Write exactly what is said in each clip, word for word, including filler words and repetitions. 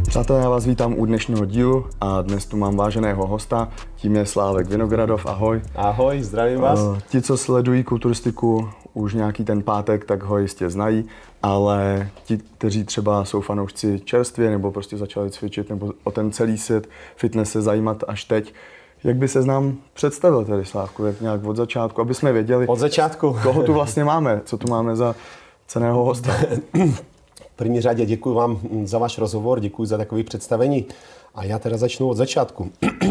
Přátelé, já vás vítám u dnešního dílu a dnes tu mám váženého hosta, tím je Slávek Vinogradov, ahoj. Ahoj, zdravím vás. Uh, ti, co sledují kulturistiku už nějaký ten pátek, tak ho jistě znají, ale ti, kteří třeba jsou fanoušci čerstvě nebo prostě začali cvičit nebo o ten celý svět fitness se zajímat až teď, jak by se nám představil tedy, Slávku, jak nějak od začátku, aby jsme věděli, od začátku, koho tu vlastně máme, co tu máme za cenného hosta. V první řadě děkuji vám za váš rozhovor, děkuji za takové představení. A já teda začnu od začátku.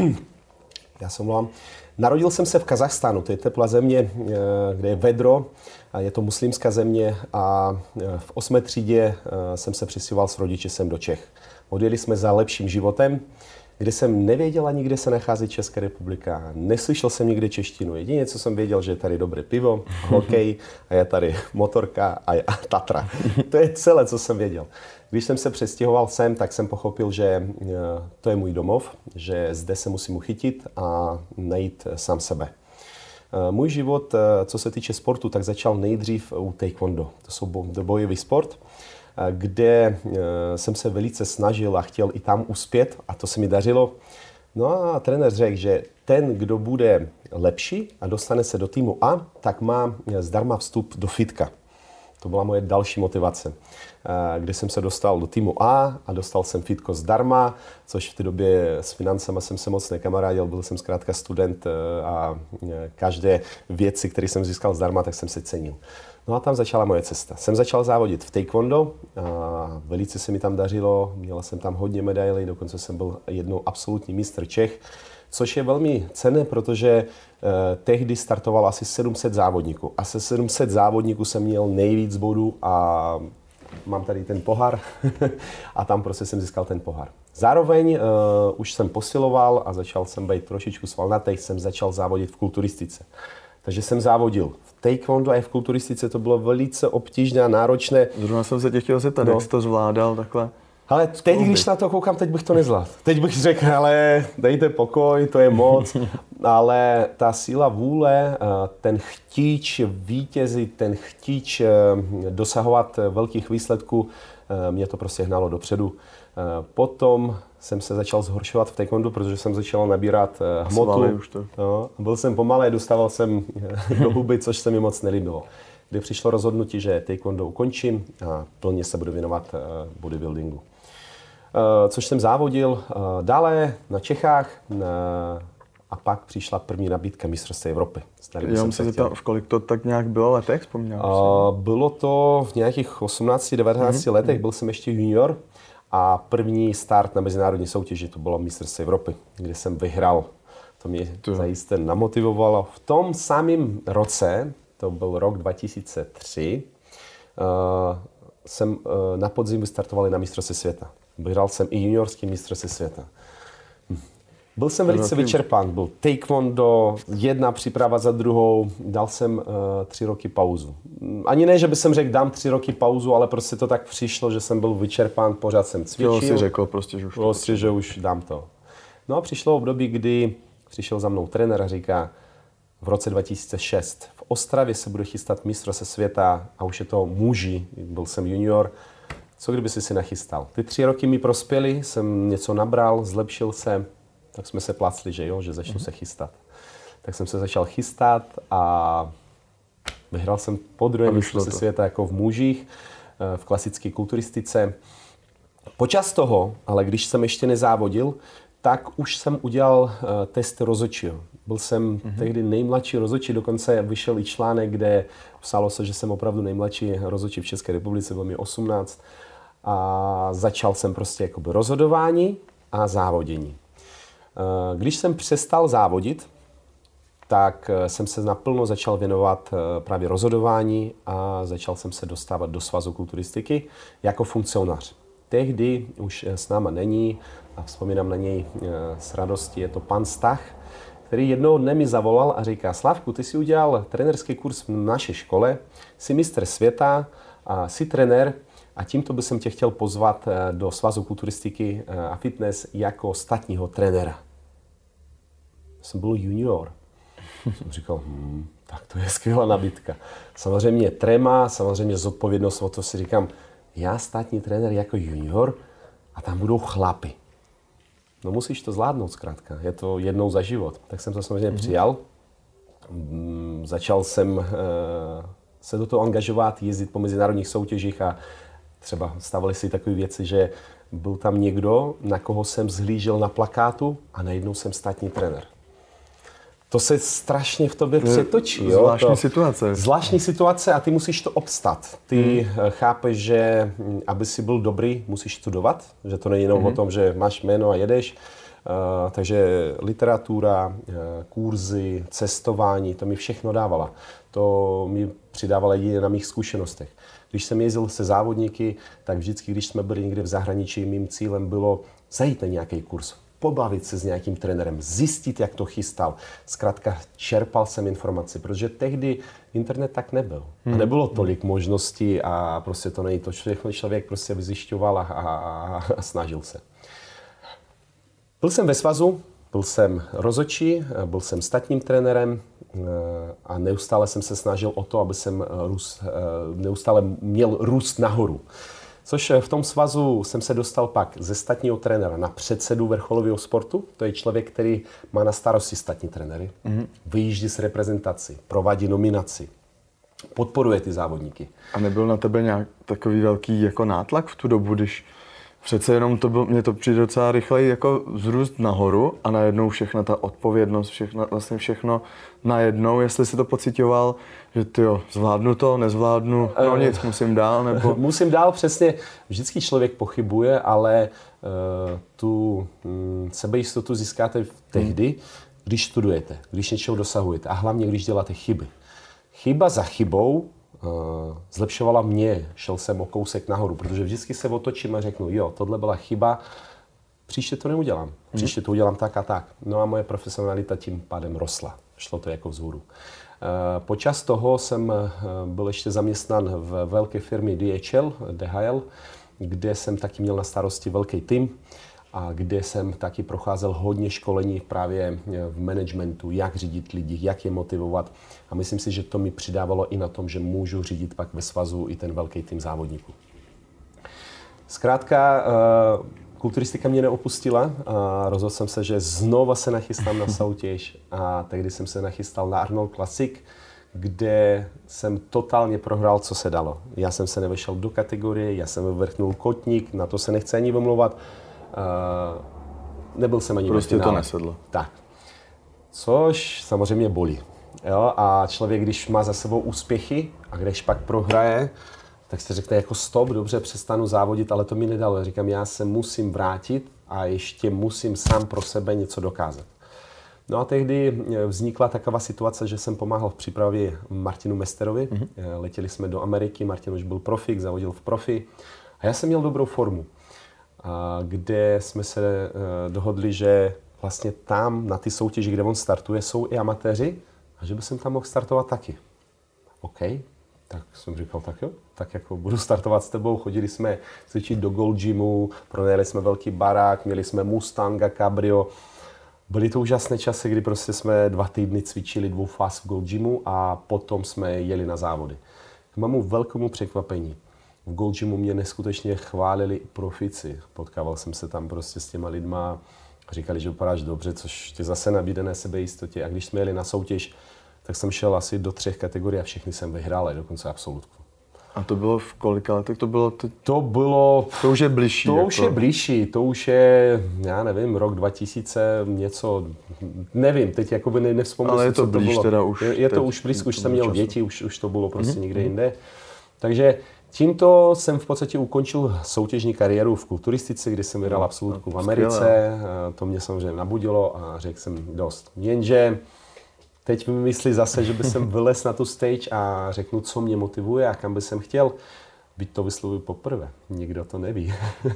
Já se omlouvám. Narodil jsem se v Kazachstánu, to je teplá země, kde je vedro, je to muslimská země a v osmé třídě jsem se přistěhoval s rodiči sem do Čech. Odjeli jsme za lepším životem, kde jsem nevěděl ani, kde se nachází Česká republika. Neslyšel jsem nikde češtinu. Jedině, co jsem věděl, že je tady dobré pivo, hokej a je tady motorka a, a Tatra. To je celé, co jsem věděl. Když jsem se přestěhoval sem, tak jsem pochopil, že to je můj domov, že zde se musím uchytit a najít sám sebe. Můj život, co se týče sportu, tak začal nejdřív u taekwondo. To jsou bojový sport, kde jsem se velice snažil a chtěl i tam uspět a to se mi dařilo. No a trenér řekl, že ten, kdo bude lepší a dostane se do týmu A, tak má zdarma vstup do fitka. To byla moje další motivace, kde jsem se dostal do týmu A a dostal jsem fitko zdarma, což v té době s financema jsem se moc nekamarádil, byl jsem zkrátka student a každé věci, které jsem získal zdarma, tak jsem se cenil. No a tam začala moje cesta. Jsem začal závodit v taekwondo a velice se mi tam dařilo, měl jsem tam hodně medailí, dokonce jsem byl jednou absolutní mistr Čech, což je velmi cenné, protože eh, tehdy startovalo asi sedm set závodníků. A se sedm set závodníků jsem měl nejvíc bodů a mám tady ten pohár a tam prostě jsem získal ten pohár. Zároveň eh, už jsem posiloval a začal jsem být trošičku svalnatý, jsem začal závodit v kulturistice. Takže jsem závodil v taekwondo a v kulturistice, to bylo velice obtížné a náročné. Zrovna jsem se tě chtěl zeptat, no. Jak jsi to zvládal takhle? Ale teď, když na to koukám, teď bych to nezvládl. Teď bych řekl, ale dejte pokoj, to je moc. Ale ta síla vůle, ten chtíč vítězit, ten chtíč dosahovat velkých výsledků, mě to prostě hnalo dopředu. Potom jsem se začal zhoršovat v taekwondo, protože jsem začal nabírat hmotu. Už to. No, byl jsem pomalej, dostával jsem do huby, což se mi moc nelíbilo. Kdy přišlo rozhodnutí, že taekwondo ukončím a plně se budu věnovat bodybuildingu. Což jsem závodil dále na Čechách na, a pak přišla první nabídka mistrovství Evropy. Já jsem se zeptal, v kolik to tak nějak bylo letech, vzpomínám uh, Bylo to v nějakých osmnácti devatenácti mm-hmm. letech, byl jsem ještě junior a první start na mezinárodní soutěži, to bylo mistrovství Evropy, kde jsem vyhrál. To mě to zajisté namotivovalo. V tom samém roce, to byl rok dva tisíce tři, uh, jsem uh, na podzim vystartovali na mistrovství světa. Vyhrál jsem i juniorský mistrovství světa. Hm. Byl jsem velice vyčerpán. Byl taekwondo, jedna příprava za druhou, dal jsem uh, tři roky pauzu. Ani ne, že by jsem řekl, dám tři roky pauzu, ale prostě to tak přišlo, že jsem byl vyčerpán, pořád jsem cvičil. Jo, si řekl prostě, že už, prostě, že už dám to. No a přišlo období, kdy přišel za mnou trenér a říká, v roce dva tisíce šest v Ostravě se bude chystat mistrovství světa a už je to muži, byl jsem junior. Co kdyby si si nachystal? Ty tři roky mi prospěly, jsem něco nabral, zlepšil se, tak jsme se plácli, že jo, že začnu mm-hmm. se chystat. Tak jsem se začal chystat a vyhrál jsem po druhé mistrovství světa jako v mužích, v klasické kulturistice. Počas toho, ale když jsem ještě nezávodil, tak už jsem udělal uh, test rozhodčího. Byl jsem mm-hmm. tehdy nejmladší rozhodčí, dokonce vyšel i článek, kde psalo se, že jsem opravdu nejmladší rozhodčí v České republice, bylo mi osmnáct. A začal jsem prostě jakoby rozhodování a závodění. Uh, když jsem přestal závodit, tak uh, jsem se naplno začal věnovat uh, právě rozhodování a začal jsem se dostávat do Svazu kulturistiky jako funkcionář. Tehdy už s náma není a vzpomínám na něj s radostí, je to pan Stach, který jednoho dne mi zavolal a říká, Slavku, ty si udělal trenerský kurz v naší škole, jsi mistr světa a jsi trenér a tímto bych jsem tě chtěl pozvat do Svazu kulturistiky a fitness jako statního trenéra. Jsem byl junior. Jsem říkal, hm, tak to je skvělá nabídka. Samozřejmě tréma, samozřejmě zodpovědnost, o to si říkám, já státní trenér jako junior, a tam budou chlapy. No musíš to zvládnout zkrátka, je to jednou za život. Tak jsem to samozřejmě mm-hmm. přijal. Začal jsem uh, se do toho angažovat, jezdit po mezinárodních soutěžích a třeba stávali si takové věci, že byl tam někdo, na koho jsem zhlížel na plakátu a najednou jsem státní trenér. To se strašně v tobě přetočí. Zvláštní to, situace. Zvláštní situace a ty musíš to obstat. Ty hmm. chápeš, že aby si byl dobrý, musíš studovat, že to není jenom hmm. o tom, že máš jméno a jedeš. Uh, takže literatura, uh, kurzy, cestování, to mi všechno dávala. To mi přidávalo jedině na mých zkušenostech. Když jsem jezdil se závodníky, tak vždycky, když jsme byli někde v zahraničí, mým cílem bylo zajít na nějaký kurz, pobavit se s nějakým trenérem, zjistit, jak to chystal. Zkrátka čerpal jsem informaci, protože tehdy internet tak nebyl. Hmm. A nebylo tolik možností a prostě to není to, všechno člověk prostě vyzjišťoval a, a, a snažil se. Byl jsem ve svazu, byl jsem rozhodčí, byl jsem státním trenérem a neustále jsem se snažil o to, aby jsem růst, neustále měl růst nahoru. Což v tom svazu jsem se dostal pak ze státního trenéra na předsedu vrcholového sportu. To je člověk, který má na starosti státní trenéry. Mm-hmm. Vyjíždí s reprezentací, provádí nominaci, podporuje ty závodníky. A nebyl na tebe nějak takový velký jako nátlak v tu dobu, když přece jenom to byl, mě to přijde docela rychleji jako vzrůst nahoru a najednou všechna ta odpovědnost, všechno, vlastně všechno najednou, jestli si to pocitoval, že tyjo, zvládnu to, nezvládnu, no nic, musím dál, nebo... Musím dál, přesně, vždycky člověk pochybuje, ale uh, tu um, sebejistotu získáte tehdy, hmm. když studujete, když něčeho dosahujete a hlavně, když děláte chyby. Chyba za chybou Uh, zlepšovala mě, šel jsem o kousek nahoru, protože vždycky se otočím a řeknu, jo, tohle byla chyba, příště to neudělám, příště to udělám tak a tak. No a moje profesionalita tím pádem rostla, šlo to jako vzhůru. Uh, počas toho jsem uh, byl ještě zaměstnán v velké firmě D H L, D H L, kde jsem taky měl na starosti velký tým a kde jsem taky procházel hodně školení právě v managementu, jak řídit lidi, jak je motivovat. A myslím si, že to mi přidávalo i na tom, že můžu řídit pak ve svazu i ten velký tým závodníků. Zkrátka, kulturistika mě neopustila a rozhodl jsem se, že znova se nachystám na soutěž a tehdy jsem se nachystal na Arnold Classic, kde jsem totálně prohrál, co se dalo. Já jsem se nevešel do kategorie, já jsem vyvrchnul kotník, na to se nechci ani vymlouvat. Uh, nebyl jsem ani prostě to nesedlo. Tak. Což samozřejmě bolí. Jo? A člověk, když má za sebou úspěchy a když pak prohraje, tak se řekne jako stop, dobře, přestanu závodit, ale to mi nedalo. Já říkám, já se musím vrátit a ještě musím sám pro sebe něco dokázat. No a tehdy vznikla taková situace, že jsem pomáhal v přípravě Martinu Mesterovi. Mm-hmm. Letěli jsme do Ameriky, Martin už byl profik, závodil v profi a já jsem měl dobrou formu. Kde jsme se uh, dohodli, že vlastně tam na ty soutěži, kde on startuje, jsou i amatéři a že by jsem tam mohl startovat taky. OK, tak jsem říkal, tak jo, tak jako budu startovat s tebou. Chodili jsme cvičit do Gold Gymu, pronajali jsme velký barák, měli jsme Mustanga, Cabrio. Byly to úžasné časy, kdy prostě jsme dva týdny cvičili dvoufáz v Gold Gymu a potom jsme jeli na závody. K mému velkému překvapení. V Gold Gymu mě neskutečně chválili i profici. Potkával jsem se tam prostě s těma lidma a říkali, že vypadáš dobře, což tě zase nabíde na sebejistotě. A když jsme jeli na soutěž, tak jsem šel asi do třech kategorií a všechny jsem vyhrál, dokonce absolutku. A to bylo v kolika letech? To bylo... To, to bylo... To už je bližší. To jako... už je bližší, to už je, já nevím, rok dva tisíce něco, nevím, teď jakoby ne, nevzpomínám. Ale je to blíž to bylo. teda už. Je, je to už blízko, už jsem měl času. Děti, už, už to bylo prostě mm-hmm. někde jinde. Takže tímto jsem v podstatě ukončil soutěžní kariéru v kulturistice, kde jsem vyhrál absolutku v Americe. To mě samozřejmě nabudilo a řekl jsem dost. Jenže teď mi myslí zase, že by jsem vylez na tu stage a řeknu, co mě motivuje a kam by jsem chtěl. Byť to vyslovuji poprvé, nikdo to neví.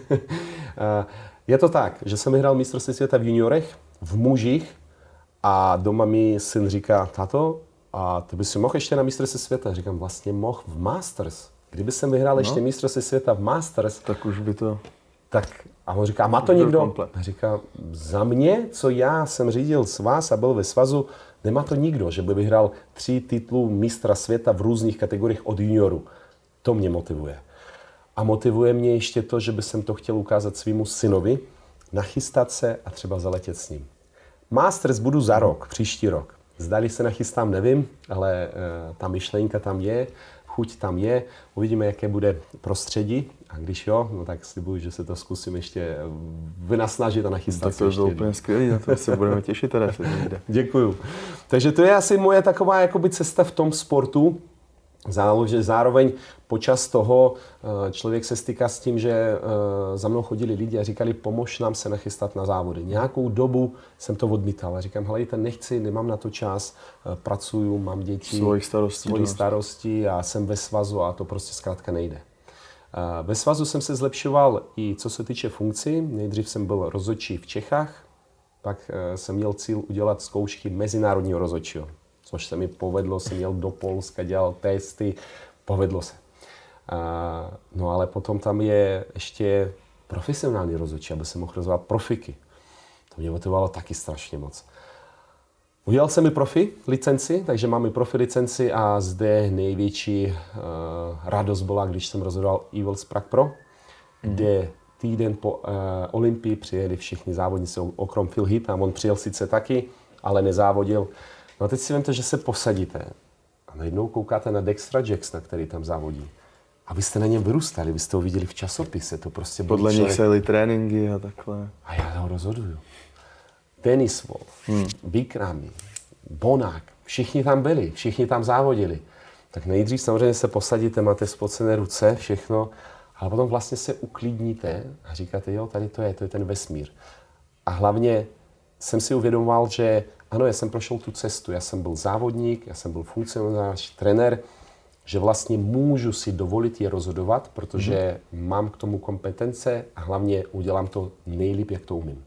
Je to tak, že jsem vyhrál mistrovství světa v juniorech, v mužích a doma mi syn říká, tato, a ty bys si mohl ještě na mistrovství světa? Říkám, vlastně mohl v Masters. Kdyby jsem vyhrál no. ještě mistrovství světa v Masters, tak už by to... Tak, a on říká, má to někdo? A říká, za mě, co já jsem řídil svaz a byl ve svazu, nemá to nikdo, že by vyhrál tři titulů mistra světa v různých kategoriích od juniorů. To mě motivuje. A motivuje mě ještě to, že by jsem to chtěl ukázat svýmu synovi, nachystat se a třeba zaletět s ním. Masters budu za rok, příští rok. Zdali se nachystám, nevím, ale e, ta myšlenka tam je, chuť tam je, uvidíme, jaké bude prostředí. A když jo, no tak slibuju, že se to zkusím ještě vynasnažit a nachystat. Tak to je to úplně skvělý, na to se budeme těšit teda. Děkuju. Takže to je asi moje taková jakoby cesta v tom sportu. Zároveň počas toho člověk se stýká s tím, že za mnou chodili lidi a říkali, pomož nám se nachystat na závody. Nějakou dobu jsem to odmítal a říkám, helejte, nechci, nemám na to čas, pracuju, mám děti, svoji starosti, svoji starosti a jsem ve svazu a to prostě zkrátka nejde. Ve svazu jsem se zlepšoval i co se týče funkcí. Nejdřív jsem byl rozhodčí v Čechách, pak jsem měl cíl udělat zkoušky mezinárodního rozhodčího. Což se mi povedlo, jsem jel do Polska, dělal testy, povedlo se. A, no ale potom tam je ještě profesionální rozhodčí, aby se mohl rozhodovat profiky. To mě motivovalo taky strašně moc. Udělal jsem i profi licenci, takže mám i profi licenci a zde největší uh, radost byla, když jsem rozhodoval Evils Prague Pro, mm. kde týden po uh, Olympii přijeli všichni závodníci, okrom Phil Heath, a on přijel sice taky, ale nezávodil. No a teď si vemte, že se posadíte a najednou koukáte na Dextra Jacksona, který tam závodí. A vy jste na něm vyrůstali, vy jste ho viděli v časopise, to prostě byl podle člověk. nich se jeli tréninky a takhle. A já ho rozhoduju. Dennis Wolf, hmm. Bikrami, Bonák, všichni tam byli, všichni tam závodili. Tak nejdřív samozřejmě se posadíte, máte spocené ruce, všechno, ale potom vlastně se uklidníte a říkáte, jo, tady to je, to je ten vesmír. A hlavně jsem si uvědomoval, že ano, já jsem prošel tu cestu, já jsem byl závodník, já jsem byl funkcionář, trenér, že vlastně můžu si dovolit je rozhodovat, protože mm. mám k tomu kompetence a hlavně udělám to nejlíp, jak to umím.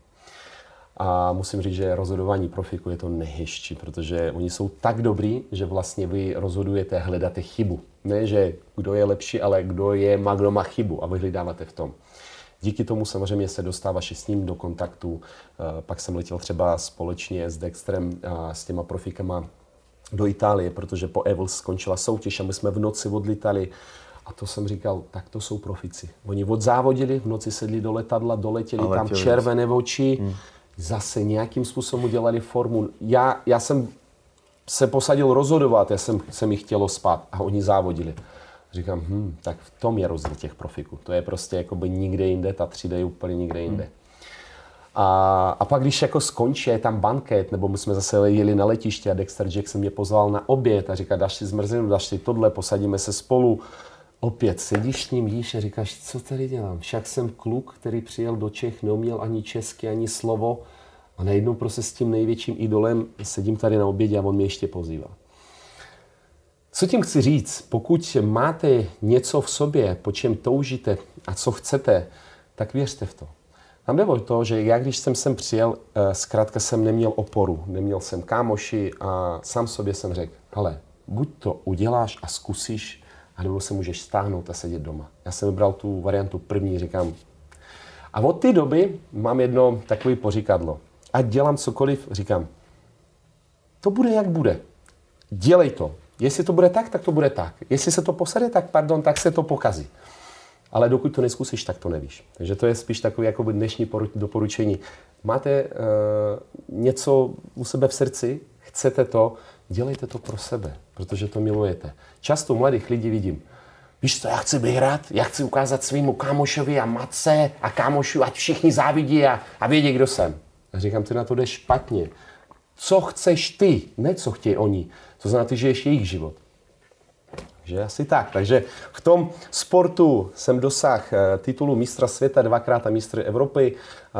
A musím říct, že rozhodování profiku je to nejhezčí, protože oni jsou tak dobrý, že vlastně vy rozhodujete, hledáte chybu. Ne, že kdo je lepší, ale kdo je, má, kdo má chybu a vy hledáváte v tom. Díky tomu samozřejmě se dostáváš s ním do kontaktu. Pak jsem letěl třeba společně s Dextrem a s těma profikama do Itálie, protože po Evils skončila soutěž a my jsme v noci odlítali. A to jsem říkal, tak to jsou profici. Oni odzávodili, v noci sedli do letadla, doletěli tam červené oči, hmm. zase nějakým způsobem udělali formu. Já, já jsem se posadil rozhodovat, já jsem, se mi chtělo spát a oni závodili. Říkám, hm, tak v tom je rozdíl těch profiků. To je prostě jakoby nikde jinde, ta třída je úplně nikde jinde. Hmm. A, a pak, když jako skončí, je tam banket, nebo my jsme zase jeli na letiště a Dexter Jackson mě pozval na oběd a říká, dáš si zmrzlinu, dáš si tohle, posadíme se spolu. Opět sedíš s ním, jíš a říkáš, co tady dělám? Však jsem kluk, který přijel do Čech, neuměl ani česky, ani slovo a najednou prostě s tím největším idolem sedím tady na obědě a on mě ještě pozývá. Co tím chci říct? Pokud máte něco v sobě, po čem toužíte a co chcete, tak věřte v to. Tam jde o to, že já, když jsem sem přijel, zkrátka jsem neměl oporu, neměl jsem kámoši a sám sobě jsem řekl, hele, buď to uděláš a zkusíš, anebo se můžeš stáhnout a sedět doma. Já jsem vybral tu variantu první, říkám. A od té doby mám jedno takové poříkadlo. Ať dělám cokoliv, říkám, to bude jak bude. Dělej to. Jestli to bude tak, tak to bude tak. Jestli se to posede, tak pardon, tak se to pokazí. Ale dokud to neskusíš, tak to nevíš. Takže to je spíš takové jako dnešní doporučení. Máte uh, něco u sebe v srdci, chcete to, dělejte to pro sebe, protože to milujete. Často mladých lidí vidím, víš co, já chci vyhrát, já chci ukázat svýmu kámošovi a matce a kámošu, ať všichni závidí a, a vědí, kdo jsem. A říkám, ty na to jdeš špatně. Co chceš ty, ne co chtějí oni. To znamená, ty žiješ jejich život. Takže asi tak. Takže v tom sportu jsem dosáhl titulu mistra světa dvakrát a mistr Evropy.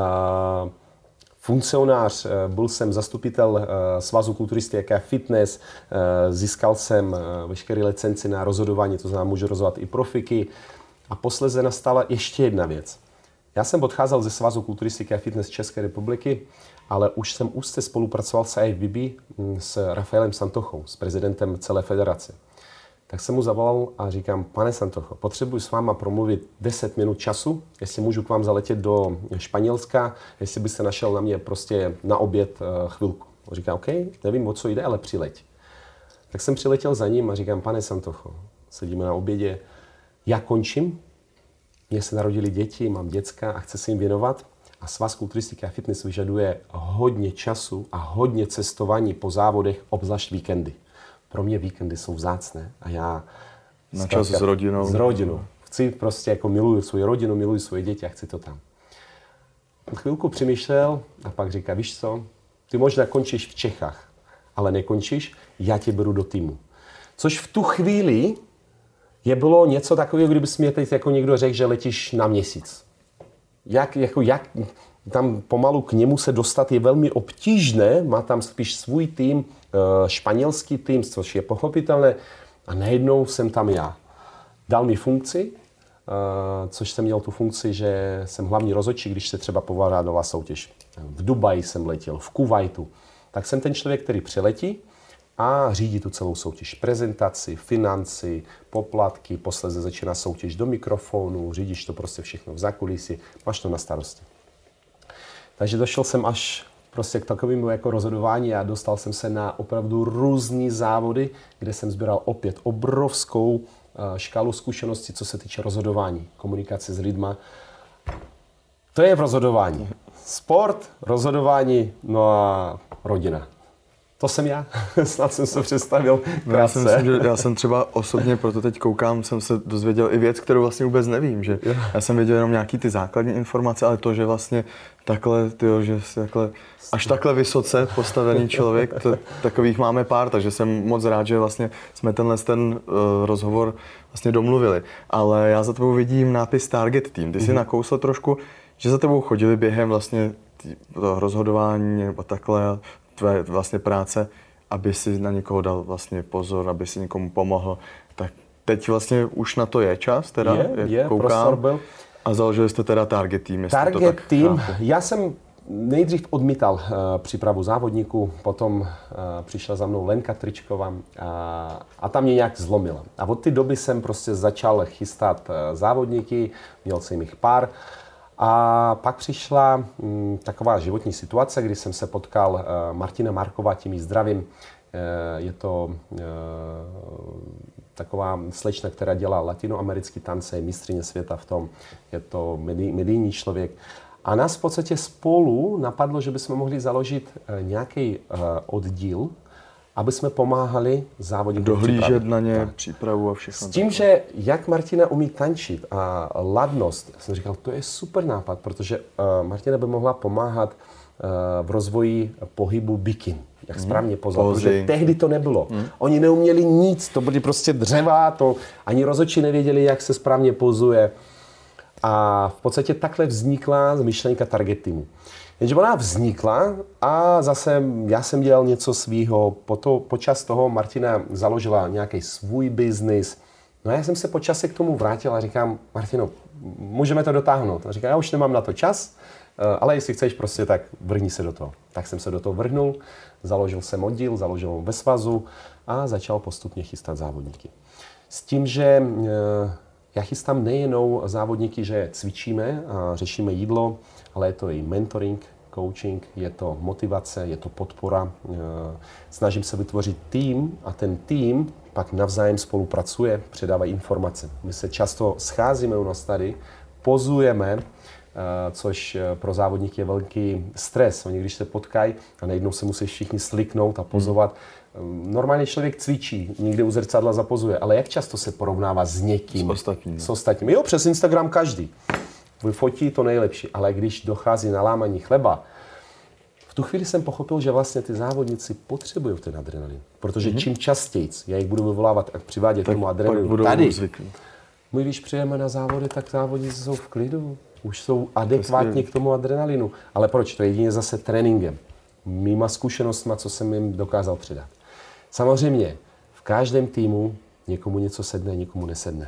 Funkcionář, byl jsem zastupitel Svazu kulturistiky a fitness, získal jsem veškeré licenci na rozhodování, to znamená, můžu rozhodovat i profiky. A posléze nastala ještě jedna věc. Já jsem odcházel ze Svazu kulturistiky a fitness České republiky, ale už jsem úzce spolupracoval s I F B B, s Rafaelem Santochou, s prezidentem celé federace. Tak jsem mu zavolal a říkám, pane Santocho, potřebuji s váma promluvit deset minut času, jestli můžu k vám zaletět do Španělska, jestli byste našel na mě prostě na oběd chvilku. On říká, OK, nevím, o co jde, ale přileď. Tak jsem přiletěl za ním a říkám, pane Santocho, sedíme na obědě, já končím, mně se narodili děti, mám děcka a chci se jim věnovat. A Svaz kulturistiky a fitness vyžaduje hodně času a hodně cestování po závodech, obzvlášť víkendy. Pro mě víkendy jsou vzácné a já... Na čas s rodinou. S rodinou. Chci prostě, jako miluju svou rodinu, miluju svoje děti a chci to tam. Chvilku přemýšlel a pak říká, víš co, ty možná končíš v Čechách, ale nekončíš, já tě beru do týmu. Což v tu chvíli je bylo něco takového, kdybys mě teď jako někdo řekl, že letíš na měsíc. Jak, jako, jak tam pomalu k němu se dostat je velmi obtížné, má tam spíš svůj tým, španělský tým, což je pochopitelné, a najednou jsem tam já. Dal mi funkci, což jsem měl tu funkci, že jsem hlavní rozhodčí, když se třeba pořádala soutěž. V Dubaji jsem letěl, v Kuwaitu. Tak jsem ten člověk, který přiletí a řídí tu celou soutěž. Prezentaci, financi, poplatky, posledně začíná soutěž do mikrofonu, řídíš to prostě všechno v zákulisí, máš to na starosti. Takže došel jsem až prostě k takovému jako rozhodování a dostal jsem se na opravdu různý závody, kde jsem sbíral opět obrovskou škálu zkušeností, co se týče rozhodování, komunikace s lidma. To je v rozhodování. Sport, rozhodování, no a rodina. To jsem já. Snad jsem se představil krátce. Já, si myslím, že já jsem třeba osobně, proto teď koukám, jsem se dozvěděl i věc, kterou vlastně vůbec nevím. Že já jsem věděl jenom nějaký ty základní informace, ale to, že vlastně takhle, tyjo, že takhle, až takhle vysoce postavený člověk, to, takových máme pár, takže jsem moc rád, že vlastně jsme tenhle ten uh, rozhovor vlastně domluvili. Ale já za tebou vidím nápis Target Team. Ty jsi mm-hmm. nakousl trošku, že za tebou chodili během vlastně toho rozhodování nebo takhle, tvé vlastně práce, aby si na někoho dal vlastně pozor, aby si někomu pomohl. Tak teď vlastně už na to je čas, teda, je, jak je, koukám. Byl. A založili jste teda Target Team, jestli Target to tak Team, chápu. Já jsem nejdřív odmítal uh, přípravu závodníků, potom uh, přišla za mnou Lenka Tričková uh, a tam mě nějak zlomila. A od té doby jsem prostě začal chystat uh, závodníky, měl jsem jich pár. A pak přišla m, taková životní situace, kdy jsem se potkal uh, Martina Marková, tím jí zdravím. Uh, je to uh, taková slečna, která dělá latinoamerický tance, je mistryně světa v tom. Je to medij, medijní člověk. A nás v podstatě spolu napadlo, že bychom mohli založit uh, nějaký uh, oddíl, aby jsme pomáhali závodníkům. Dohlížet na ně, tak. Přípravu a všechno. S tím, tak. Že jak Martina umí tančit a ladnost, jsem říkal, to je super nápad, protože uh, Martina by mohla pomáhat uh, v rozvoji pohybu bikin. Jak mm. správně pozvat, protože tehdy to nebylo. Mm. Oni neuměli nic, to byly prostě dřeva, to ani rozhodčí nevěděli, jak se správně pozuje. A v podstatě takhle vznikla myšlenka Target Teamu. Jenže ona vznikla a zase já jsem dělal něco svýho. Po to, počas toho Martina založila nějaký svůj biznis. No a já jsem se po čase k tomu vrátil a říkám, Martino, můžeme to dotáhnout. A říká, já už nemám na to čas, ale jestli chceš, prostě tak vrhni se do toho. Tak jsem se do toho vrhnul, založil jsem oddíl, založil ve svazu a začal postupně chystat závodníky. S tím, že já chystám nejenom závodníky, že cvičíme a řešíme jídlo, ale je to i mentoring, coaching, je to motivace, je to podpora. Snažím se vytvořit tým a ten tým pak navzájem spolupracuje, předává informace. My se často scházíme u nás tady, pozujeme, což pro závodníky je velký stres. Oni když se potkají a najednou se musí všichni sliknout a pozovat. Hmm. Normálně člověk cvičí, někde u zrcadla zapozuje, ale jak často se porovnává s někým? S ostatním. S ostatním. Jo, přes Instagram každý. Vyfotí to nejlepší, ale když dochází na lámaní chleba, v tu chvíli jsem pochopil, že vlastně ty závodníci potřebují ten adrenalin. Protože mm-hmm. čím častěji já jich budu vyvolávat a přivádět tak tomu adrenalinu tady, my když přijeme na závody, tak závodníci jsou v klidu. Už jsou adekvátní k tomu adrenalinu. Ale proč? To je jedině zase tréninkem. Mýma zkušenostma, co jsem jim dokázal předat. Samozřejmě, v každém týmu někomu něco sedne, někomu nesedne.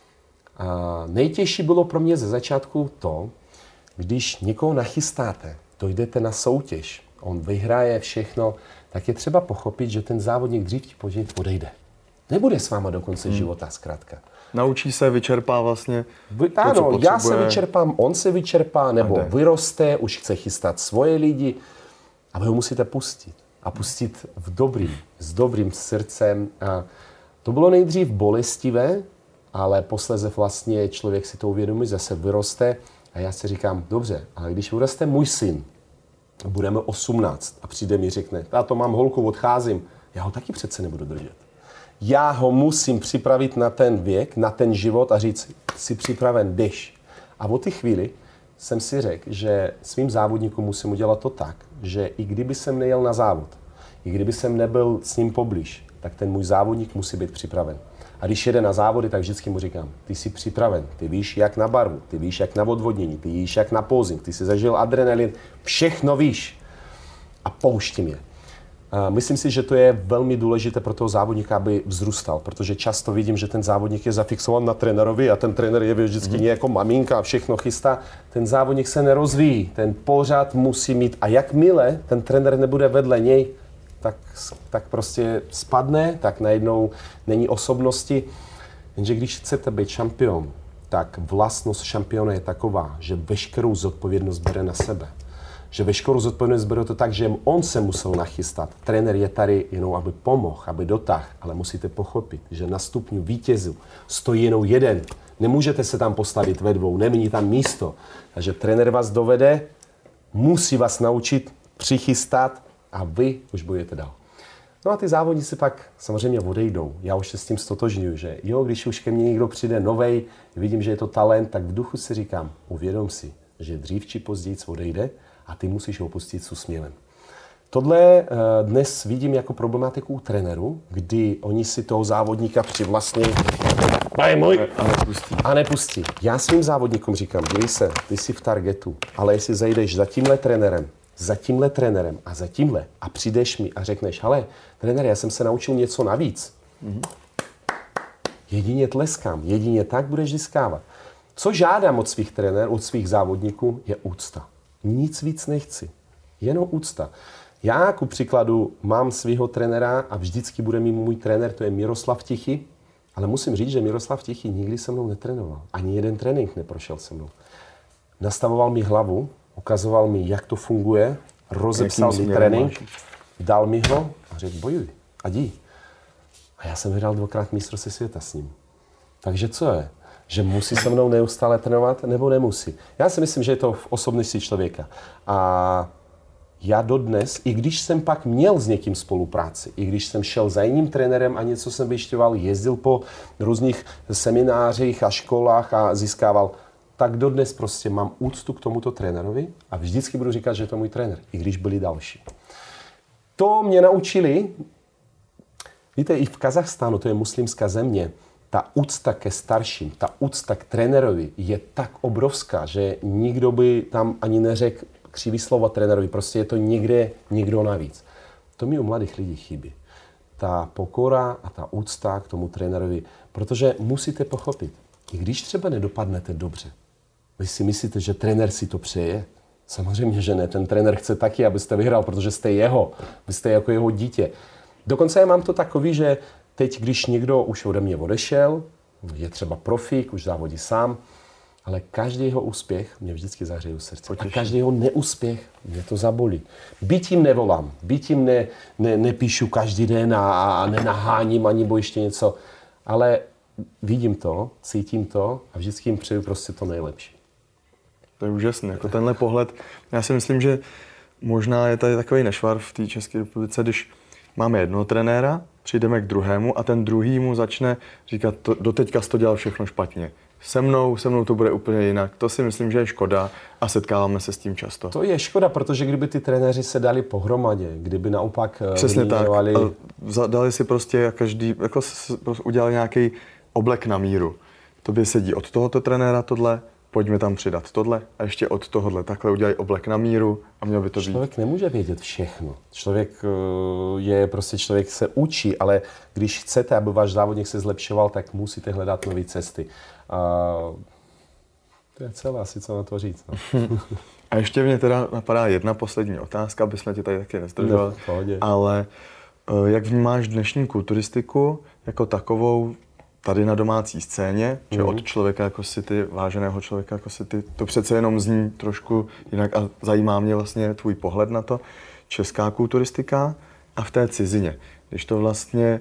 A nejtěžší bylo pro mě ze začátku to, když někoho nachystáte, dojdete na soutěž, on vyhraje všechno, tak je třeba pochopit, že ten závodník dřív ti odejde. Nebude s váma do konce hmm. života zkrátka. Naučí se, vyčerpá vlastně Vy, to, ano, já se vyčerpám, on se vyčerpá, nebo vyroste, už chce chystat svoje lidi a vy ho musíte pustit. A pustit v dobrým, s dobrým srdcem. A to bylo nejdřív bolestivé, ale posléze vlastně člověk si to uvědomí, zase vyroste a já si říkám, dobře, ale když vyroste můj syn, budeme osmnáct a přijde mi řekne, táto mám holku, odcházím, já ho taky přece nebudu držet. Já ho musím připravit na ten věk, na ten život a říct, jsi připraven, jdeš. A v té chvíli jsem si řekl, že svým závodníkům musím udělat to tak, že i kdyby jsem nejel na závod, i kdyby jsem nebyl s ním poblíž, tak ten můj závodník musí být připraven. A když jede na závody, tak vždycky mu říkám, ty jsi připraven, ty víš jak na barvu, ty víš jak na odvodnění, ty víš jak na posing, ty jsi zažil adrenalin, všechno víš. A pouštím je. A myslím si, že to je velmi důležité pro toho závodníka, aby vzrůstal, protože často vidím, že ten závodník je zafixovan na trenérovi a ten trenér je vždycky mm-hmm. jako maminka a všechno chystá. Ten závodník se nerozvíjí, ten pořád musí mít a jakmile ten trenér nebude vedle něj, tak, tak prostě spadne, tak najednou není osobnosti. Jenže když chcete být šampion, tak vlastnost šampiona je taková, že veškerou zodpovědnost bere na sebe. Že veškerou zodpovědnost bere to tak, že on se musel nachystat. Trenér je tady jenom, aby pomohl, aby dotáhl, ale musíte pochopit, že na stupňu vítězů stojí jenom jeden. Nemůžete se tam postavit ve dvou, není tam místo. Takže trenér vás dovede, musí vás naučit, přichystat a vy už bojujete dál. No a ty závodníci pak samozřejmě odejdou. Já už se s tím stotožňuji, že jo, když už ke mně někdo přijde novej, vidím, že je to talent, tak v duchu si říkám, uvědom si, že dřív či později odejde a ty musíš ho opustit s úsměvem. Tohle dnes vidím jako problematiku u trenérů, kdy oni si toho závodníka přivlastní a nepustí. a nepustí. Já svým závodníkům říkám, dívej se, ty jsi v targetu, ale jestli zajdeš za tímhle trenérem, za tímhle trenérem a za tímhle a přijdeš mi a řekneš, hele, trenér, já jsem se naučil něco navíc. Mm-hmm. Jedině tleskám, jedině tak budeš získávat. Co žádám od svých trenérů, od svých závodníků, je úcta. Nic víc nechci, jenom úcta. Já ku příkladu mám svého trenéra a vždycky bude mít můj trenér, to je Miroslav Tichý, ale musím říct, že Miroslav Tichý nikdy se mnou netrénoval. Ani jeden trénink neprošel se mnou. Nastavoval mi hlavu, ukazoval mi, jak to funguje, rozepsal mi trénink, dal mi ho a řekl, bojuj a jdi. A já jsem vyhrál dvakrát mistrovství světa s ním. Takže co je? Že musí se mnou neustále trénovat, nebo nemusí? Já si myslím, že je to v osobnosti člověka. A já dodnes, i když jsem pak měl s někým spolupráci, i když jsem šel za jiným trenérem a něco jsem vyšťoval, jezdil po různých seminářích a školách a získával, tak dodnes prostě mám úctu k tomuto trenérovi a vždycky budu říkat, že je to můj trenér, i když byli další. To mě naučili, víte, i v Kazachstánu, to je muslimská země, ta úcta ke starším, ta úcta k trenérovi je tak obrovská, že nikdo by tam ani neřekl křivý slova trenérovi, prostě je to někde někdo navíc. To mi u mladých lidí chybí. Ta pokora a ta úcta k tomu trenérovi, protože musíte pochopit, i když třeba nedopadnete dobře, vy si myslíte, že trenér si to přeje? Samozřejmě, že ne. Ten trenér chce taky, abyste vyhrál, protože jste jeho. Vy jste jako jeho dítě. Dokonce já mám to takový, že teď, když někdo už ode mě odešel, je třeba profík, už závodí sám, ale každý jeho úspěch mě vždycky zahřeje srdce. Potěší. A každý jeho neúspěch mě to zabolí. Byť jim nevolám, byť jim ne, ne, nepíšu každý den a, a nenaháním ani bo ještě něco, ale vidím to, cítím to a vždycky jim přeju prostě to nejlepší. To je úžasné, jako tenhle pohled. Já si myslím, že možná je tady takový nešvar v té České republice, když máme jednoho trenéra, přijdeme k druhému a ten druhý mu začne říkat, to, doteďka jsi to dělal všechno špatně. Se mnou, se mnou to bude úplně jinak. To si myslím, že je škoda a setkáváme se s tím často. To je škoda, protože kdyby ty trenéři se dali pohromadě, kdyby naopak přesně vyměňovali... tak. Dali si prostě každý, jako udělali nějaký oblek na míru. Tobě sedí od tohoto trenéra tohle, pojďme tam přidat tohle a ještě od tohohle. Takhle udělají oblek na míru a mělo by to být. Člověk nemůže vědět všechno. Člověk je prostě, člověk se učí, ale když chcete, aby váš závodník se zlepšoval, tak musíte hledat nové cesty. A to je celé asi, co na to říct. No. A ještě mě teda napadá jedna poslední otázka, aby jsme tě tady taky nezdržovali. No, ale jak vnímáš dnešní kulturistiku jako takovou tady na domácí scéně, mm. že od člověka jako si ty, váženého člověka jako si ty, to přece jenom zní trošku jinak a zajímá mě vlastně tvůj pohled na to, česká kulturistika a v té cizině. Když to vlastně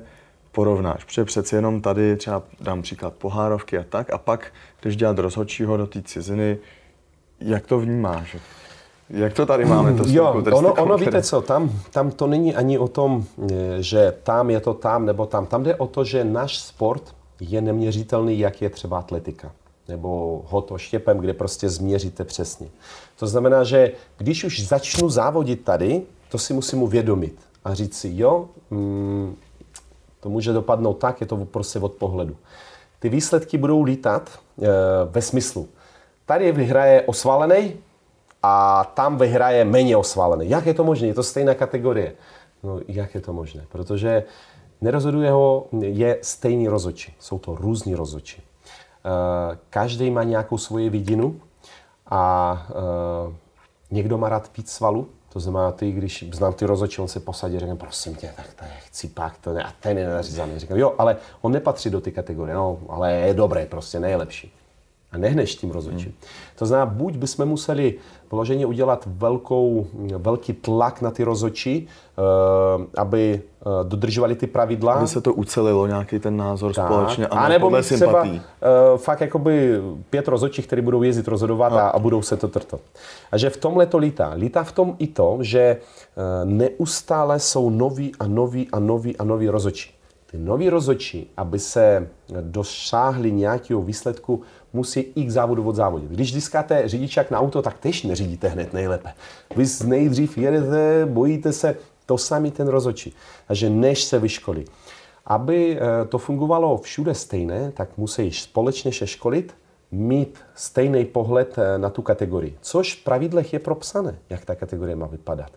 porovnáš? Protože přeci jenom tady třeba dám příklad pohárovky a tak a pak když dělat rozhodčího do té ciziny, jak to vnímáš? Jak to tady máme? To jo, ono, ono víte co, tam, tam to není ani o tom, že tam je to tam nebo tam. Tam jde o to, že náš sport je neměřitelný, jak je třeba atletika. Nebo hoto štěpem, kde prostě změříte přesně. To znamená, že když už začnu závodit tady, to si musím uvědomit a říct si, jo, mm, to může dopadnout tak, je to prostě od pohledu. Ty výsledky budou lítat e, ve smyslu. Tady vyhraje osvalený a tam vyhraje méně osvalený. Jak je to možné? Je to stejná kategorie. No, jak je to možné? Protože nerozhoduje ho, je stejný rozhodčí. Jsou to různí rozhodčí. E, každý má nějakou svoji vidinu a e, někdo má rád víc svalu. To znamená, ty, když znám ty rozhodčí, on se posadí, říkám, prosím tě, tak to je chcípák, to ne, a ten je nařízaný. Říkám, jo, ale on nepatří do té kategorie, no, ale je dobré, prostě nejlepší. A nehneš tím rozhodčím. Hmm. To znamená, buď bychom museli vloženě udělat velkou, velký tlak na ty rozhodčí, uh, aby uh, dodržovali ty pravidla. Aby se to ucelilo, nějaký ten názor tak. Společně a, a nebo mít třeba uh, fakt jakoby pět rozhodčích, kteří budou jezdit rozhodovat a, a budou se to trtat. A že v tomhle to lítá. Lítá v tom i to, že uh, neustále jsou noví a noví a noví a noví rozhodčí. Ty noví rozhodčí, aby se dosáhli nějakého výsledku, musí x závodů odzávodit. Když získáte řidičák na auto, tak tež neřídíte hned nejlépe. Vy nejdřív jedete, bojíte se, to samý ten rozhodčí. Takže než se vyškolí. Aby to fungovalo všude stejné, tak musí společně se školit, mít stejný pohled na tu kategorii. Což v pravidlech je propsané, jak ta kategorie má vypadat.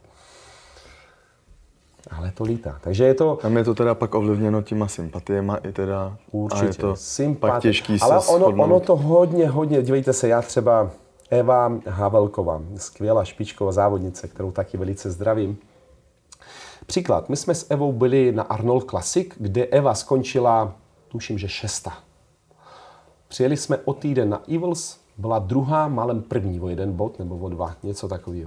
Ale to lítá. Takže je to... Tam je to teda pak ovlivněno těma sympatiema i teda... Určitě. A je to Sympatie. pak těžký se ale ono, shodnout. ono to hodně, hodně... Dívejte se, já třeba Eva Havelková, skvělá špičková závodnice, kterou taky velice zdravím. Příklad. My jsme s Evou byli na Arnold Classic, kde Eva skončila, tuším, že šesta. Přijeli jsme o týden na Evils, byla druhá, málem první o jeden bod, nebo o dva, něco takového.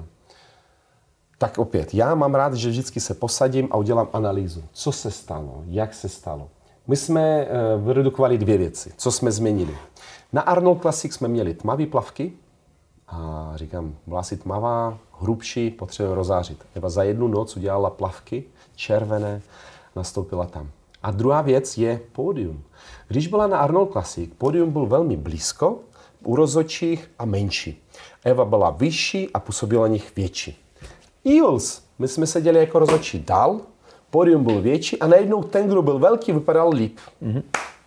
Tak opět, já mám rád, že vždycky se posadím a udělám analýzu. Co se stalo? Jak se stalo? My jsme uh, vyredukovali dvě věci. Co jsme změnili? Na Arnold Classic jsme měli tmavé plavky a říkám, vlasy tmavá, hrubší, potřebujeme rozářit. Eva za jednu noc udělala plavky, červené, nastoupila tam. A druhá věc je pódium. Když byla na Arnold Classic, pódium byl velmi blízko, u rozhodčích a menší. Eva byla vyšší a působila nich větší. Eels, my jsme seděli jako rozhodčí dál, pódium byl větší a najednou ten, kdo byl velký, vypadal líp. Mm-hmm.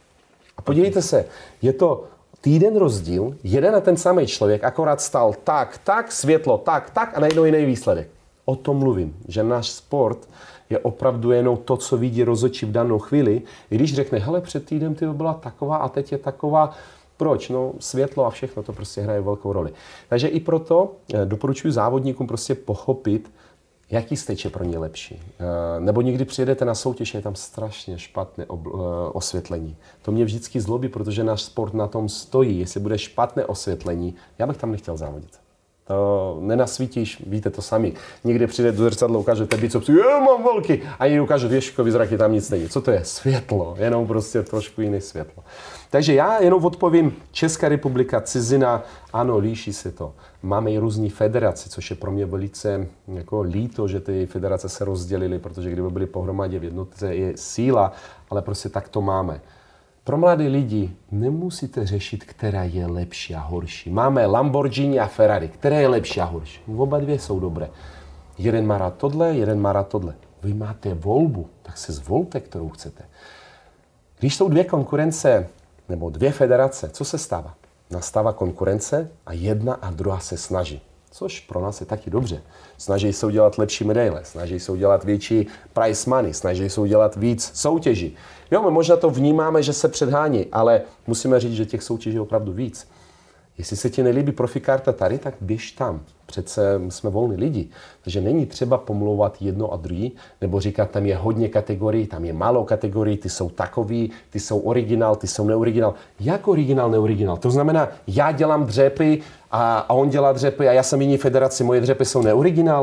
A podívejte se, je to týden rozdíl, jeden a ten samý člověk akorát stál tak, tak, světlo, tak, tak a najednou jiný výsledek. O tom mluvím, že náš sport je opravdu jenom to, co vidí rozhodčí v danou chvíli. I když řekne, hele, před týdnem ty byla taková a teď je taková, proč? No světlo a všechno to prostě hraje velkou roli. Takže i proto doporučuji závodníkům prostě pochopit, jaký stage je pro ně lepší. Nebo někdy přijedete na soutěž a je tam strašně špatné osvětlení. To mě vždycky zlobí, protože náš sport na tom stojí. Jestli bude špatné osvětlení, já bych tam nechtěl závodit. To nenasvítíš, víte to sami. Někde přijde do zrcadla, ukážete biceps, já mám velký, a jiný ukáže věškový zraky, tam nic není. Co to je? Světlo, jenom prostě trošku jiné světlo. Takže já jenom odpovím, Česká republika, cizina, ano, líší se to. Máme i různé federace, což je pro mě velice jako líto, že ty federace se rozdělily, protože kdyby byly pohromadě v jednotce je síla, ale prostě tak to máme. Pro mladé lidi nemusíte řešit, která je lepší a horší. Máme Lamborghini a Ferrari, která je lepší a horší. Oba dvě jsou dobré. Jeden má rád tohle, jeden má rád tohle. Vy máte volbu, tak se zvolte, kterou chcete. Když jsou dvě konkurence, nebo dvě federace, co se stává? Nastává konkurence a jedna a druhá se snaží. Což pro nás je taky dobře. Snaží se udělat lepší medaile, snaží se udělat větší prize money, snaží se udělat víc soutěží. Jo, my možná to vnímáme, že se předhání, ale musíme říct, že těch soutěží je opravdu víc. Jestli se ti nelíbí profikarta tady, tak běž tam. Přece jsme volní lidi. Takže není třeba pomlouvat jedno a druhý, nebo říkat, tam je hodně kategorií, tam je málo kategorií, ty jsou takový, ty jsou originál, ty jsou neoriginál. Jak originál, neoriginál? To znamená, já dělám dřepy a, a on dělá dřepy a já jsem jiný federaci, moje dřepy jsou neoriginál.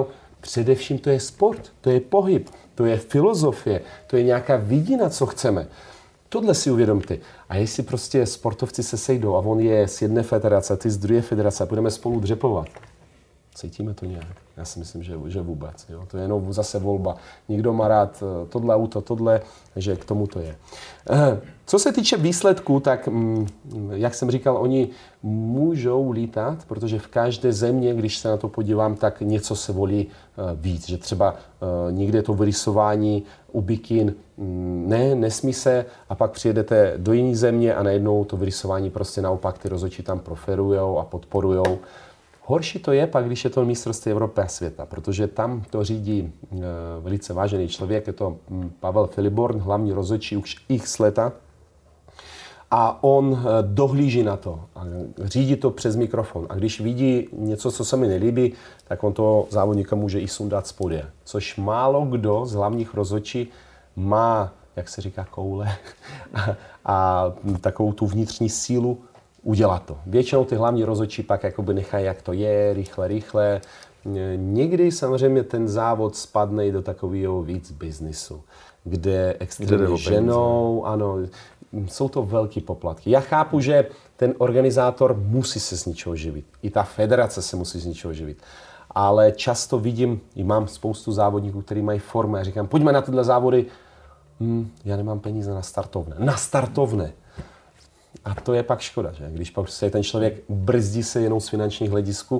Především to je sport, to je pohyb, to je filozofie, to je nějaká vidina, co chceme. Tohle si uvědomte. A jestli prostě sportovci se sejdou a on je z jedné federace a ty z druhé federace a budeme spolu dřepovat, cítíme to nějak? Já si myslím, že, že vůbec. Jo? To je jenom zase volba. Někdo má rád tohle auto, tohle, že k tomu to je. Co se týče výsledků, tak jak jsem říkal, oni můžou lítat, protože v každé země, když se na to podívám, tak něco se volí víc. Že třeba někde to vyrysování u bikin ne, nesmí se a pak přijedete do jiné země a najednou to vyrysování prostě naopak ty rozhodčí tam preferujou a podporujou. Horší to je pak, když je to mistrovství Evropy a světa, protože tam to řídí e, velice vážený člověk, je to Pavel Filiborn, hlavní rozhodčí už x leta. A on e, dohlíží na to a řídí to přes mikrofon. A když vidí něco, co se mi nelíbí, tak on to závodníka může i sundat z podia. Což málo kdo z hlavních rozhodčí má, jak se říká, koule a, a takovou tu vnitřní sílu udělat to. Většinou ty hlavní rozhodčí pak jakoby nechají, jak to je, rychle, rychle. Někdy samozřejmě ten závod spadne i do takového víc biznisu, kde extrémně ženou, ano, jsou to velký poplatky. Já chápu, že ten organizátor musí se z ničeho živit. I ta federace se musí z ničeho živit. Ale často vidím, i mám spoustu závodníků, kteří mají formu. Já říkám, pojďme na tyhle závody. Hm, já nemám peníze na startovné. Na startovné. A to je pak škoda, že? Když pak se ten člověk brzdí se jenom z finančních hledisku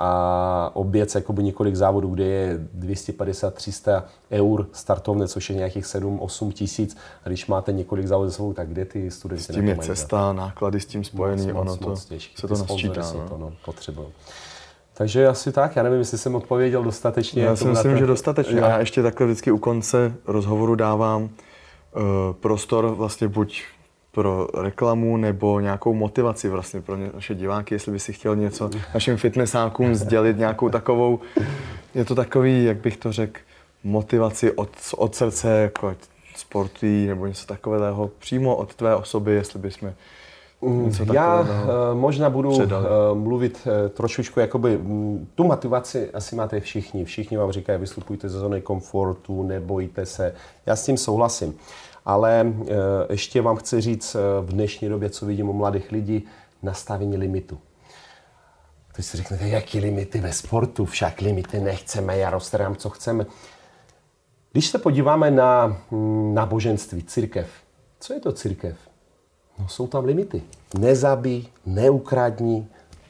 a oběc jakoby několik závodů, kde je dvě stě padesát tři sta eur startovné, což je nějakých sedm osm tisíc. A když máte několik závodů, tak kde ty studenti? S tím je cesta, náklady s tím spojený, moc, ono moc, to moc se to nasčítá. No. To, no, potřebují. Takže asi tak, já nevím, jestli jsem odpověděl dostatečně. Já si myslím, že dostatečně. A já ještě takhle vždycky u konce rozhovoru dávám uh, prostor vlastně buď pro reklamu nebo nějakou motivaci vlastně pro naše diváky, jestli by si chtěl něco našim fitnessákům sdělit, nějakou takovou, je to takový, jak bych to řekl, motivaci od, od srdce, jako sportují nebo něco takového, přímo od tvé osoby, jestli bychom něco Já uh, možná budu uh, mluvit uh, trošičku, jakoby m, tu motivaci asi máte všichni. Všichni vám říkají, vystupujte ze zóny komfortu, nebojte se. Já s tím souhlasím. Ale uh, ještě vám chci říct uh, v dnešní době, co vidím u mladých lidí, nastavení limitu. Teď si řeknete, jaký limity ve sportu? Však limity nechceme, já roztrhám, co chceme. Když se podíváme na náboženství, církev. Co je to církev? No, jsou tam limity. Nezabij, neukradni.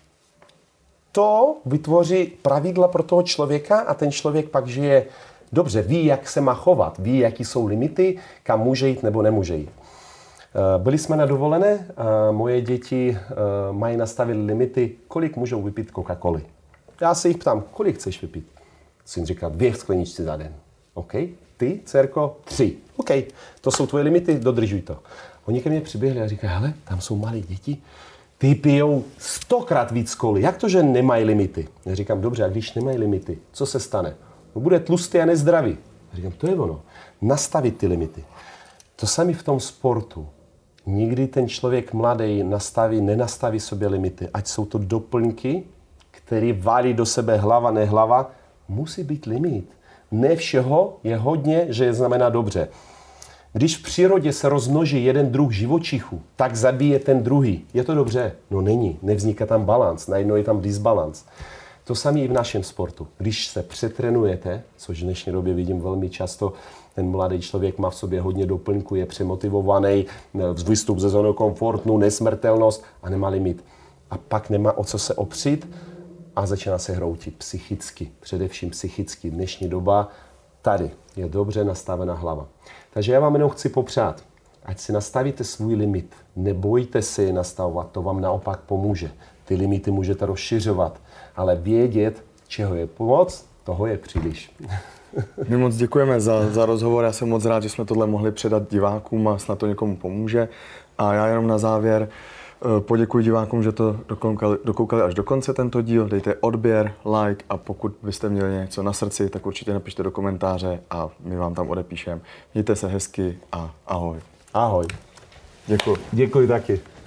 To vytvoří pravidla pro toho člověka a ten člověk pak žije dobře, ví, jak se má chovat, ví, jaký jsou limity, kam může jít nebo nemůže jít. Byli jsme na dovolené, moje děti mají nastavit limity, kolik můžou vypít Coca-Coly. Já se jich ptám, kolik chceš vypít? Syn říká, dvě skleničky za den. OK, ty, dcerko, tři. OK, to jsou tvoje limity, dodržuj to. Oni ke mně přiběhli a říkají, hele, tam jsou malé děti, ty pijou stokrát víc koly. Jak to, že nemají limity? Já říkám, dobře, a když nemají limity, co se stane? No, bude tlustý a nezdravý. Já říkám, to je ono. Nastavit ty limity. To samé v tom sportu. Nikdy ten člověk mladý nastaví, nenastaví sobě limity. Ať jsou to doplňky, které valí do sebe hlava, nehlava, musí být limit. Ne všeho je hodně, že je znamená dobře. Když v přírodě se rozmnoží jeden druh živočichů, tak zabije ten druhý. Je to dobře? No není. Nevzniká tam balans, najednou je tam disbalans. To samé i v našem sportu. Když se přetrenujete, což v dnešní době vidím velmi často, ten mladý člověk má v sobě hodně doplňků, je přemotivovaný, výstup ze zóny komfortu, nesmrtelnost a nemá limit. A pak nemá o co se opřít a začíná se hroutit psychicky, především psychicky. Dnešní doba, tady je dobře nastavená hlava. Takže já vám jenom chci popřát, ať si nastavíte svůj limit, nebojte si je nastavovat, to vám naopak pomůže. Ty limity můžete rozšiřovat, ale vědět, čeho je pomoc, toho je příliš. My moc děkujeme za, za rozhovor, já jsem moc rád, že jsme tohle mohli předat divákům a snad to někomu pomůže. A já jenom na závěr poděkuji divákům, že to dokoukali, dokoukali až do konce tento díl. Dejte odběr, like a pokud byste měli něco na srdci, tak určitě napište do komentáře a my vám tam odepíšeme. Mějte se hezky a ahoj. Ahoj. Děkuji. Děkuji taky.